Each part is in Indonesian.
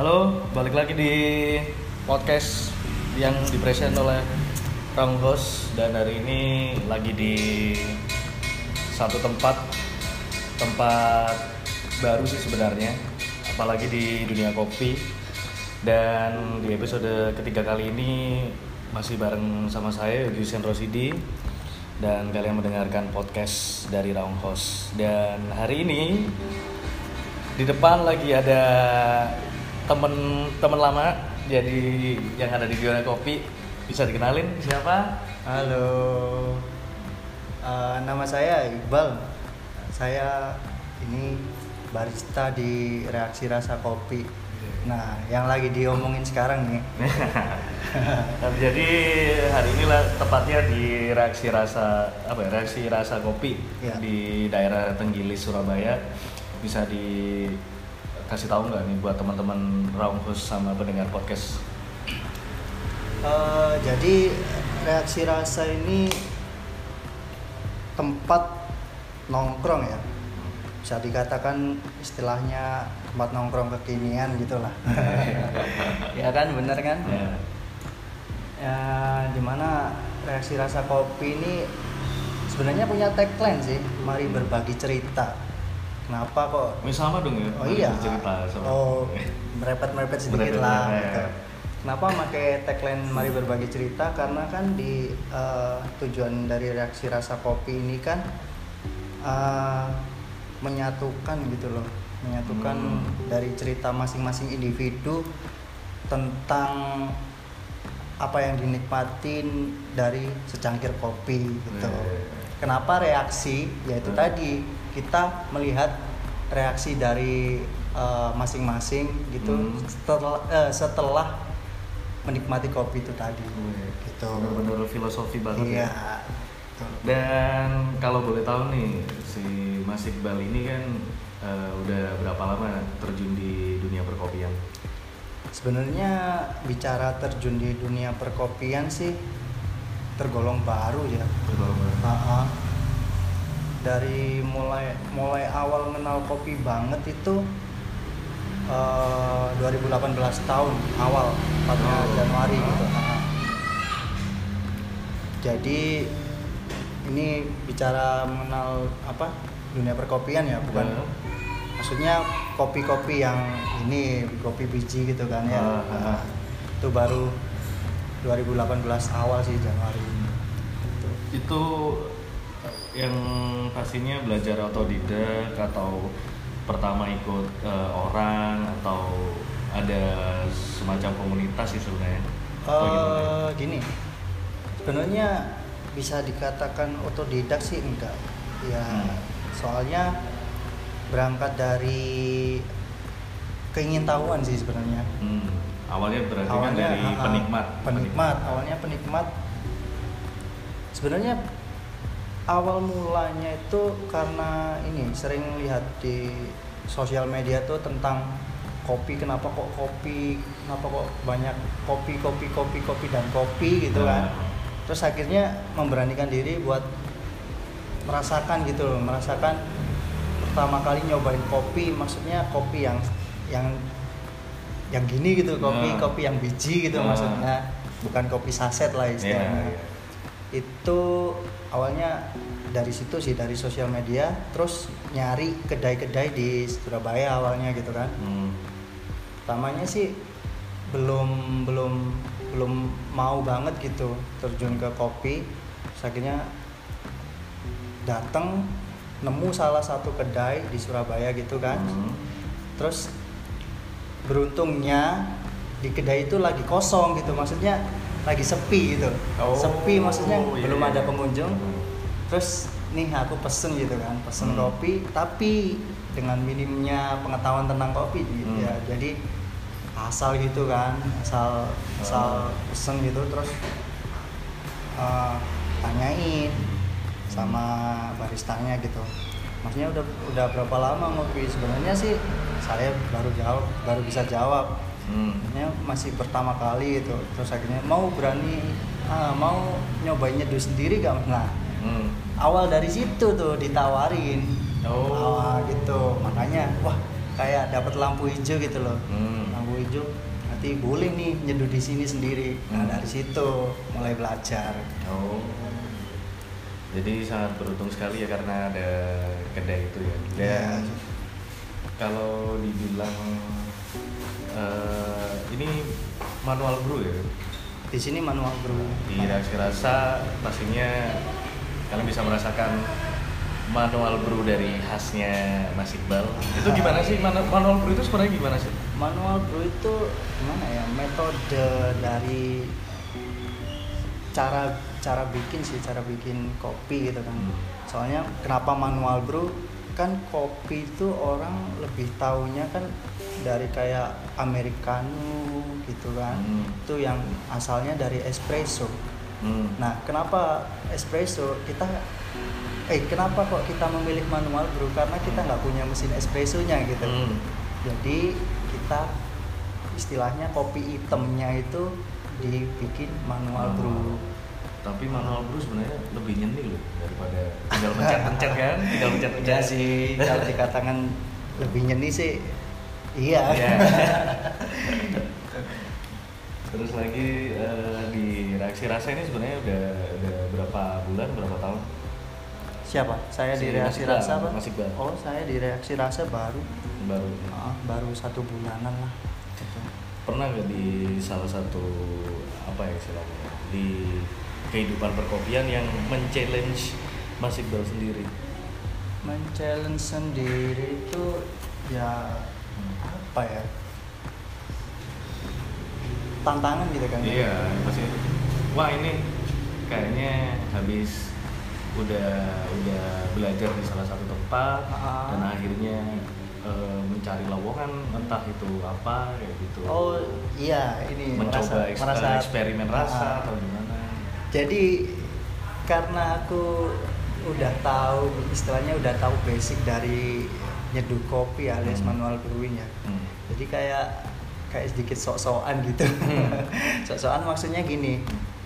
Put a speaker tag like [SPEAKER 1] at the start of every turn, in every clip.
[SPEAKER 1] Halo, balik lagi di podcast yang dipresent oleh Rang Host. Dan hari ini lagi di satu tempat baru sih sebenarnya, apalagi di dunia kopi. Dan di episode ketiga kali ini masih bareng sama saya Yusen Rosidi, dan kalian mendengarkan podcast dari Rang Host. Dan hari ini di depan lagi ada temen lama, jadi yang ada di dunia kopi. Bisa dikenalin siapa?
[SPEAKER 2] Halo, nama saya Iqbal. Saya ini barista di Reaksi Rasa Kopi. Nah, yang lagi diomongin sekarang nih.
[SPEAKER 1] Jadi hari ini lah tepatnya di Reaksi Rasa Kopi
[SPEAKER 2] Ya.
[SPEAKER 1] di daerah Tenggilis, Surabaya. Bisa dikasih tahu nggak nih buat teman-teman Raung Host sama pendengar podcast?
[SPEAKER 2] Jadi Reaksi Rasa ini tempat nongkrong ya, bisa dikatakan istilahnya tempat nongkrong kekinian gitulah. Ya kan, bener kan? Ya, dimana Reaksi Rasa Kopi ini sebenarnya punya tagline sih, mari berbagi cerita. Kenapa kok?
[SPEAKER 1] Sama dong ya.
[SPEAKER 2] Oh iya.
[SPEAKER 1] Cerita sama.
[SPEAKER 2] Merepet sedikit lah. Gitu. Kenapa pakai tagline mari berbagi cerita? Karena kan di tujuan dari Reaksi Rasa Kopi ini kan menyatukan gitu loh, dari cerita masing-masing individu tentang apa yang dinikmatin dari secangkir kopi gitu. Kenapa reaksi? Yaitu tadi kita melihat reaksi dari masing-masing gitu setelah menikmati kopi itu tadi. Gitu.
[SPEAKER 1] Benar-benar filosofi banget.
[SPEAKER 2] Iya.
[SPEAKER 1] Ya. Dan kalau boleh tahu nih, si Mas Iqbal ini kan udah berapa lama terjun di dunia perkopian?
[SPEAKER 2] Sebenarnya bicara terjun di dunia perkopian sih tergolong baru ya. Dari mulai awal kenal kopi banget itu 2018 tahun awal, tepatnya Januari gitu. Jadi ini bicara mengenal dunia perkopian ya, bukan maksudnya kopi-kopi yang ini kopi biji gitu kan ya. Itu baru 2018 awal sih, Januari.
[SPEAKER 1] Itu yang pastinya belajar otodidak atau pertama ikut orang atau ada semacam komunitas sih sebenarnya?
[SPEAKER 2] Gini, sebenarnya bisa dikatakan otodidak sih enggak ya. Soalnya berangkat dari keingintahuan sih sebenarnya.
[SPEAKER 1] Awalnya berarti kan dari penikmat.
[SPEAKER 2] Awalnya penikmat. Sebenarnya awal mulanya itu karena ini sering lihat di sosial media tuh tentang kopi, kenapa kok banyak kopi dan kopi gitu kan. Terus akhirnya memberanikan diri buat merasakan pertama kali nyobain kopi, maksudnya kopi yang gini gitu, kopi yang biji gitu, maksudnya bukan kopi saset lah istilahnya. Itu awalnya dari situ sih, dari sosial media, terus nyari kedai-kedai di Surabaya awalnya gitu kan. Pertamanya sih belum mau banget gitu terjun ke kopi. Terus akhirnya datang nemu salah satu kedai di Surabaya gitu kan. Terus beruntungnya di kedai itu lagi kosong gitu, maksudnya lagi sepi gitu. Sepi maksudnya belum ada pengunjung. Terus nih aku pesen gitu kan, kopi, tapi dengan minimnya pengetahuan tentang kopi gitu ya. Jadi asal gitu kan, asal pesen gitu. Terus tanyain sama baristanya gitu, maksudnya udah berapa lama ngopi. Sebenarnya sih saya baru bisa jawab. Ini masih pertama kali itu. Terus akhirnya mau nyobain nyeduh sendiri gak? Nah, awal dari situ tuh ditawarin. Gitu. Makanya kayak dapat lampu hijau gitu loh. Lampu hijau nanti boleh nih nyeduh di sini sendiri. Nah dari situ mulai belajar.
[SPEAKER 1] Oh, jadi sangat beruntung sekali ya karena ada kedai itu ya. Dan kalau dibilang ini manual brew ya.
[SPEAKER 2] Di sini manual brew.
[SPEAKER 1] Di Reaksi Rasa pastinya kalian bisa merasakan manual brew dari khasnya Mas Iqbal. Itu gimana sih manual brew itu sebenarnya gimana sih?
[SPEAKER 2] Manual brew itu gimana ya? Metode dari cara bikin kopi gitu kan. Soalnya kenapa manual brew? Kan kopi itu orang lebih taunya kan dari kayak americano gitu kan. Itu yang asalnya dari espresso. Nah, kenapa espresso? Kenapa kok kita memilih manual brew? Karena kita nggak punya mesin espressonya gitu. Jadi kita istilahnya kopi hitamnya itu dibikin manual brew.
[SPEAKER 1] Tapi manual brew sebenarnya lebih nyeni loh daripada tinggal pencet-pencet kan, tinggal pencet-pencet.
[SPEAKER 2] Ya sih, kalau dikatakan lebih nyeni sih, iya.
[SPEAKER 1] Terus lagi di Reaksi Rasa ini sebenarnya udah berapa bulan, berapa tahun?
[SPEAKER 2] Siapa? Saya di Reaksi
[SPEAKER 1] Mas
[SPEAKER 2] Rasa, Pak.
[SPEAKER 1] Mas Iqbal.
[SPEAKER 2] Oh, saya di Reaksi Rasa baru 1 bulanan lah.
[SPEAKER 1] Pernah nggak di salah satu apa ya istilahnya di kehidupan perkopian yang men-challenge Mas Iqbal sendiri?
[SPEAKER 2] Men-challenge sendiri itu ya apa ya? Tantangan gitu kan?
[SPEAKER 1] Iya, pasti. Wah ini kayaknya habis udah belajar di salah satu tempat dan akhirnya mencari lowongan entah itu apa kayak gitu.
[SPEAKER 2] Oh iya, ini
[SPEAKER 1] mencoba
[SPEAKER 2] merasa
[SPEAKER 1] eksperimen rasa atau gimana.
[SPEAKER 2] Jadi karena aku udah tahu istilahnya udah tahu basic dari nyeduh kopi alias manual brewing ya. Jadi kayak sedikit sok-sokan gitu. Sok-sokan maksudnya gini.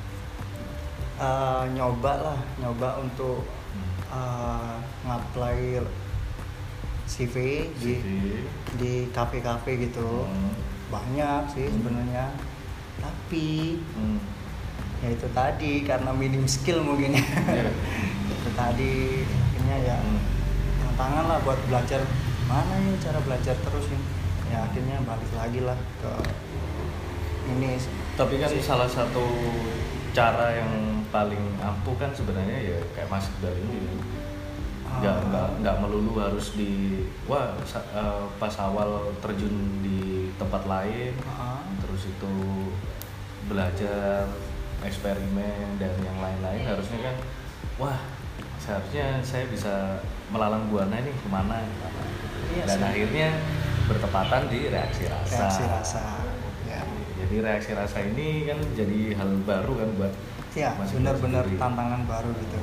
[SPEAKER 2] Nyoba untuk ngapply CV di kafe-kafe gitu. Banyak sih sebenarnya. Tapi ya itu tadi karena minim skill mungkin ya. Itu tadi akhirnya ya tantangan lah buat belajar mana ya cara belajar terus ini. Ya akhirnya balik lagi lah ke ini.
[SPEAKER 1] Tapi kan salah satu cara yang paling ampuh kan sebenarnya ya kayak Mas Iqbal ini nggak melulu harus pas awal terjun di tempat lain terus itu belajar eksperimen dan yang lain-lain. Harusnya kan seharusnya saya bisa melalang buana nih kemana dan akhirnya bertepatan di Reaksi Rasa.
[SPEAKER 2] Ya.
[SPEAKER 1] Jadi Reaksi Rasa ini kan jadi hal baru kan buat
[SPEAKER 2] benar-benar tantangan baru gitu.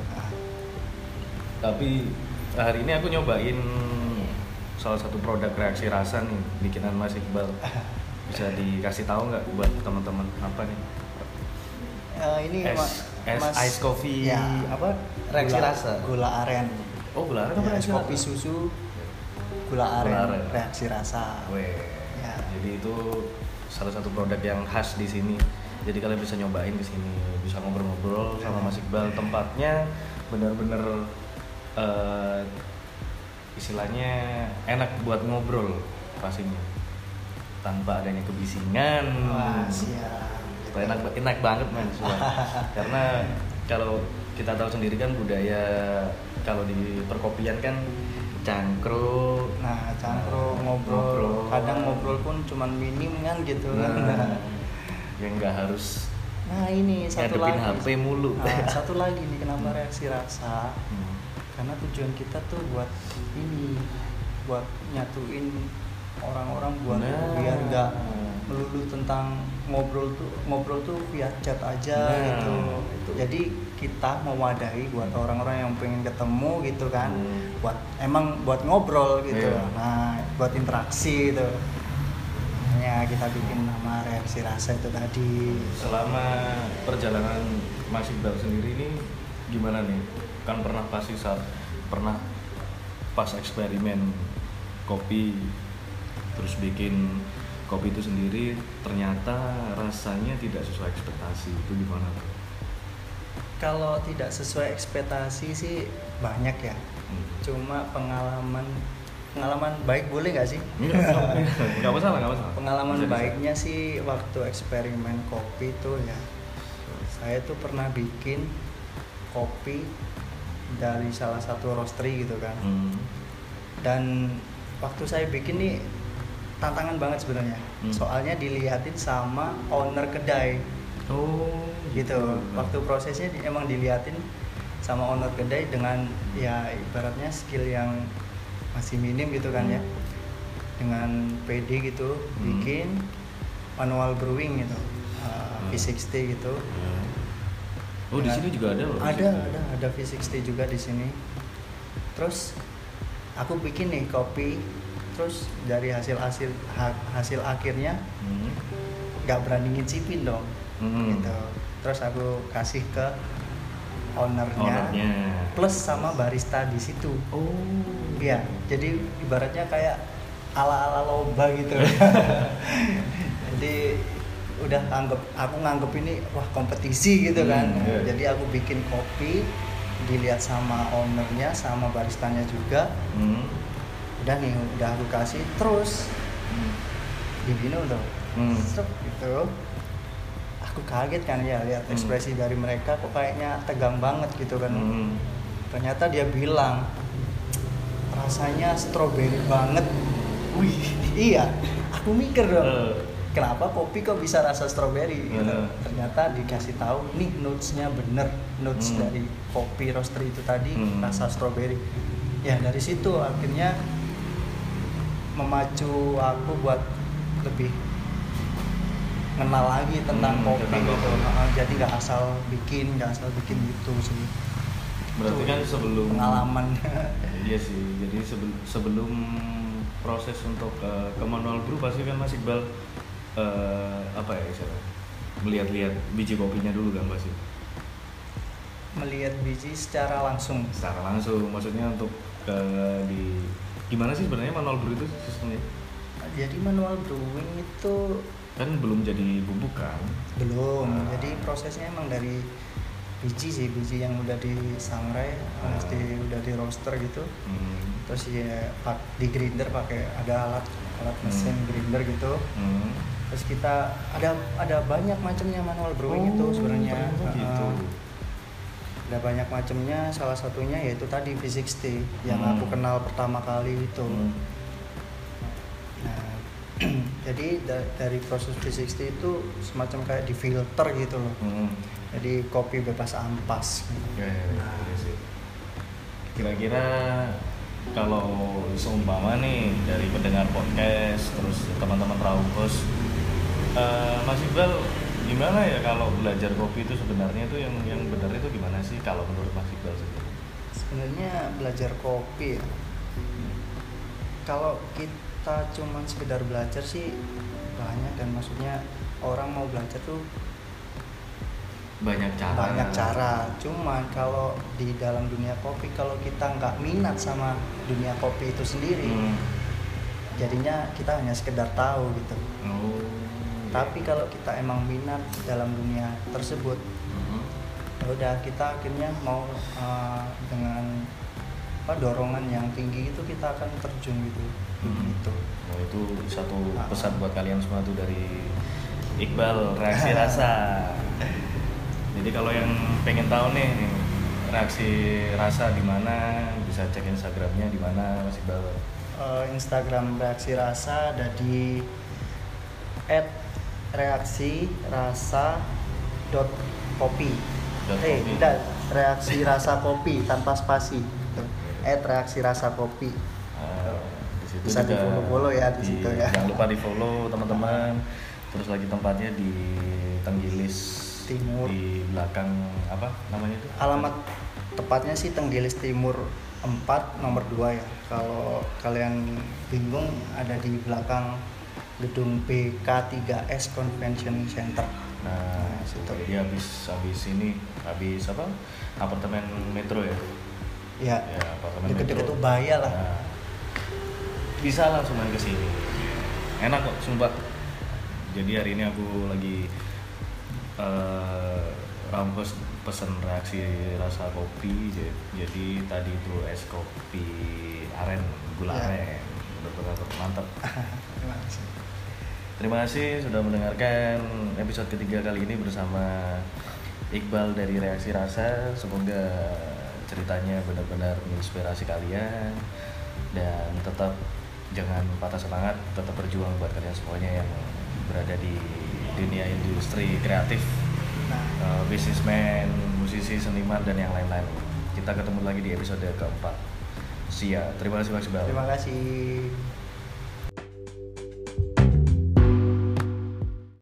[SPEAKER 1] Tapi hari ini aku nyobain salah satu produk Reaksi Rasa nih bikinan Mas Iqbal. Bisa dikasih tahu nggak buat teman-teman apa nih?
[SPEAKER 2] Ini
[SPEAKER 1] ice coffee
[SPEAKER 2] ya,
[SPEAKER 1] Reaksi Rasa.
[SPEAKER 2] Gula aren.
[SPEAKER 1] Oh, gula aren
[SPEAKER 2] ya, es kopi susu gula aren Reaksi Rasa.
[SPEAKER 1] Ya. Jadi itu salah satu produk yang khas di sini. Jadi kalian bisa nyobain ke sini, bisa ngobrol-ngobrol sama Mas Iqbal. Tempatnya benar-benar istilahnya enak buat ngobrol pastinya. Tanpa adanya kebisingan.
[SPEAKER 2] Wah, siap.
[SPEAKER 1] Enak banget men. Karena kalau kita tahu sendiri kan budaya kalau di perkopian kan cangkruk.
[SPEAKER 2] Ngobrol. Kadang ngobrol pun cuman minim kan gitu.
[SPEAKER 1] Yang nggak harus
[SPEAKER 2] ini satu lagi
[SPEAKER 1] HP mulu.
[SPEAKER 2] Satu lagi nih kenapa Reaksi Rasa? Karena tujuan kita tuh buat nyatuin orang-orang biar nggak melulu tentang ngobrol tuh via chat aja gitu. Jadi kita mewadahi buat orang-orang yang pengen ketemu gitu kan, buat ngobrol gitu. Nah, buat interaksi gitu. Ya kita bikin nama Reaksi Rasa itu tadi.
[SPEAKER 1] Selama perjalanan Mas Iqbal sendiri ini gimana nih? Kan pernah pas eksperimen kopi terus bikin kopi itu sendiri, ternyata rasanya tidak sesuai ekspektasi, itu gimana?
[SPEAKER 2] Kalau tidak sesuai ekspektasi sih banyak ya. Cuma pengalaman baik boleh nggak sih?
[SPEAKER 1] Nggak masalah.
[SPEAKER 2] Pengalaman
[SPEAKER 1] Bisa.
[SPEAKER 2] baiknya sih waktu eksperimen kopi tuh ya, saya tuh pernah bikin kopi dari salah satu roastery gitu kan. Dan waktu saya bikin nih tantangan banget sebenarnya. Soalnya dilihatin sama owner kedai.
[SPEAKER 1] Oh,
[SPEAKER 2] gitu. Waktu prosesnya emang dilihatin sama owner kedai dengan ya ibaratnya skill yang masih minim gitu kan ya. Dengan PD gitu bikin manual brewing gitu. V60 gitu.
[SPEAKER 1] Oh, di sini juga ada loh.
[SPEAKER 2] Ada V60 juga di sini. Terus aku bikin nih kopi, terus dari hasil akhirnya nggak berani ngicipin dong. Gitu. Terus aku kasih ke ownernya plus sama barista di situ.
[SPEAKER 1] Oh
[SPEAKER 2] iya, jadi ibaratnya kayak ala lomba gitu. Jadi aku nganggep ini wah kompetisi gitu kan. Jadi aku bikin kopi, dilihat sama ownernya sama baristanya juga. Udah aku kasih, terus diminum dong. Gitu. Aku kaget kan ya lihat ekspresi dari mereka kok kayaknya tegang banget gitu kan. Ternyata dia bilang rasanya stroberi banget. Wih, iya. Aku mikir dong. Kenapa kopi kok bisa rasa stroberi gitu. Ternyata dikasih tahu nih notes-nya bener, notes dari kopi roastery itu tadi rasa stroberi. Ya dari situ akhirnya memacu aku buat lebih kenal lagi tentang kopi gitu. Jadi nggak asal bikin gitu sih.
[SPEAKER 1] Berarti kan sebelum
[SPEAKER 2] pengalaman.
[SPEAKER 1] Iya sih. Jadi sebelum proses untuk ke manual brew pasti kan Mas Iqbal apa ya istilahnya? Melihat-lihat biji kopinya dulu kan pasti.
[SPEAKER 2] Melihat biji secara langsung.
[SPEAKER 1] Maksudnya untuk gimana sih sebenarnya manual brew itu sistemnya?
[SPEAKER 2] Jadi manual brewing itu
[SPEAKER 1] kan belum jadi bubuk kan?
[SPEAKER 2] Belum. Jadi prosesnya emang dari biji yang udah disangrai, udah di roaster gitu. Terus ya di grinder pakai ada alat mesin grinder gitu. Terus kita ada banyak macamnya manual brewing itu sebenarnya.
[SPEAKER 1] Gitu.
[SPEAKER 2] Ada banyak macamnya, salah satunya yaitu tadi V60 yang aku kenal pertama kali itu. Jadi dari proses V60 itu semacam kayak di filter gitu loh. Jadi kopi bebas ampas.
[SPEAKER 1] Kira-kira kalau seumpama nih dari pendengar podcast terus teman-teman Raubos, Mas Iqbal gimana ya kalau belajar kopi itu sebenarnya itu yang benar itu gimana sih kalau menurut Mas Iqbal sendiri?
[SPEAKER 2] Sebenarnya belajar kopi ya. Kalau kita cuman sekedar belajar sih banyak, dan maksudnya orang mau belajar tuh
[SPEAKER 1] banyak cara.
[SPEAKER 2] Cuman kalau di dalam dunia kopi, kalau kita nggak minat sama dunia kopi itu sendiri, jadinya kita hanya sekedar tahu gitu. Tapi kalau kita emang minat dalam dunia tersebut, udah kita akhirnya mau dengan dorongan yang tinggi itu kita akan terjun gitu. Gitu.
[SPEAKER 1] Oh, itu satu pesan buat kalian semua tuh dari Iqbal Reaksi Rasa. Jadi kalau yang pengen tahu nih Reaksi Rasa di mana, bisa cek Instagramnya di mana Mas Iqbal?
[SPEAKER 2] Instagram Reaksi Rasa ada di @reaksirasa.kopi. Reaksi Rasa Kopi tanpa spasi. @reaksi rasa kopi. Bisa di follow ya di situ ya.
[SPEAKER 1] Jangan lupa di follow teman-teman. Terus lagi tempatnya di Tenggilis
[SPEAKER 2] Timur,
[SPEAKER 1] di belakang apa namanya itu?
[SPEAKER 2] Alamat tepatnya sih Tenggilis Timur 4 nomor 2 ya. Kalau kalian bingung, ada di belakang gedung BK3S Convention Center.
[SPEAKER 1] Nah, situ. Jadi habis apa? Apartemen Metro ya.
[SPEAKER 2] Ya apartemen deket-deket Ubaya lah.
[SPEAKER 1] Nah, bisa langsung main ke sini. enak kok sumpah. Jadi hari ini aku lagi rambus pesen reaksi rasa kopi. Jadi tadi itu es kopi aren gula aren, benar-benar mantap.
[SPEAKER 2] Terima kasih.
[SPEAKER 1] Terima kasih sudah mendengarkan episode ketiga kali ini bersama Iqbal dari Reaksi Rasa. Semoga ceritanya benar-benar menginspirasi kalian dan tetap jangan patah semangat, tetap berjuang buat kalian semuanya yang berada di dunia industri kreatif, businessman, musisi, seniman dan yang lain-lain. Kita ketemu lagi di episode keempat. See ya. Terima kasih Mas Iqbal.
[SPEAKER 2] Terima kasih.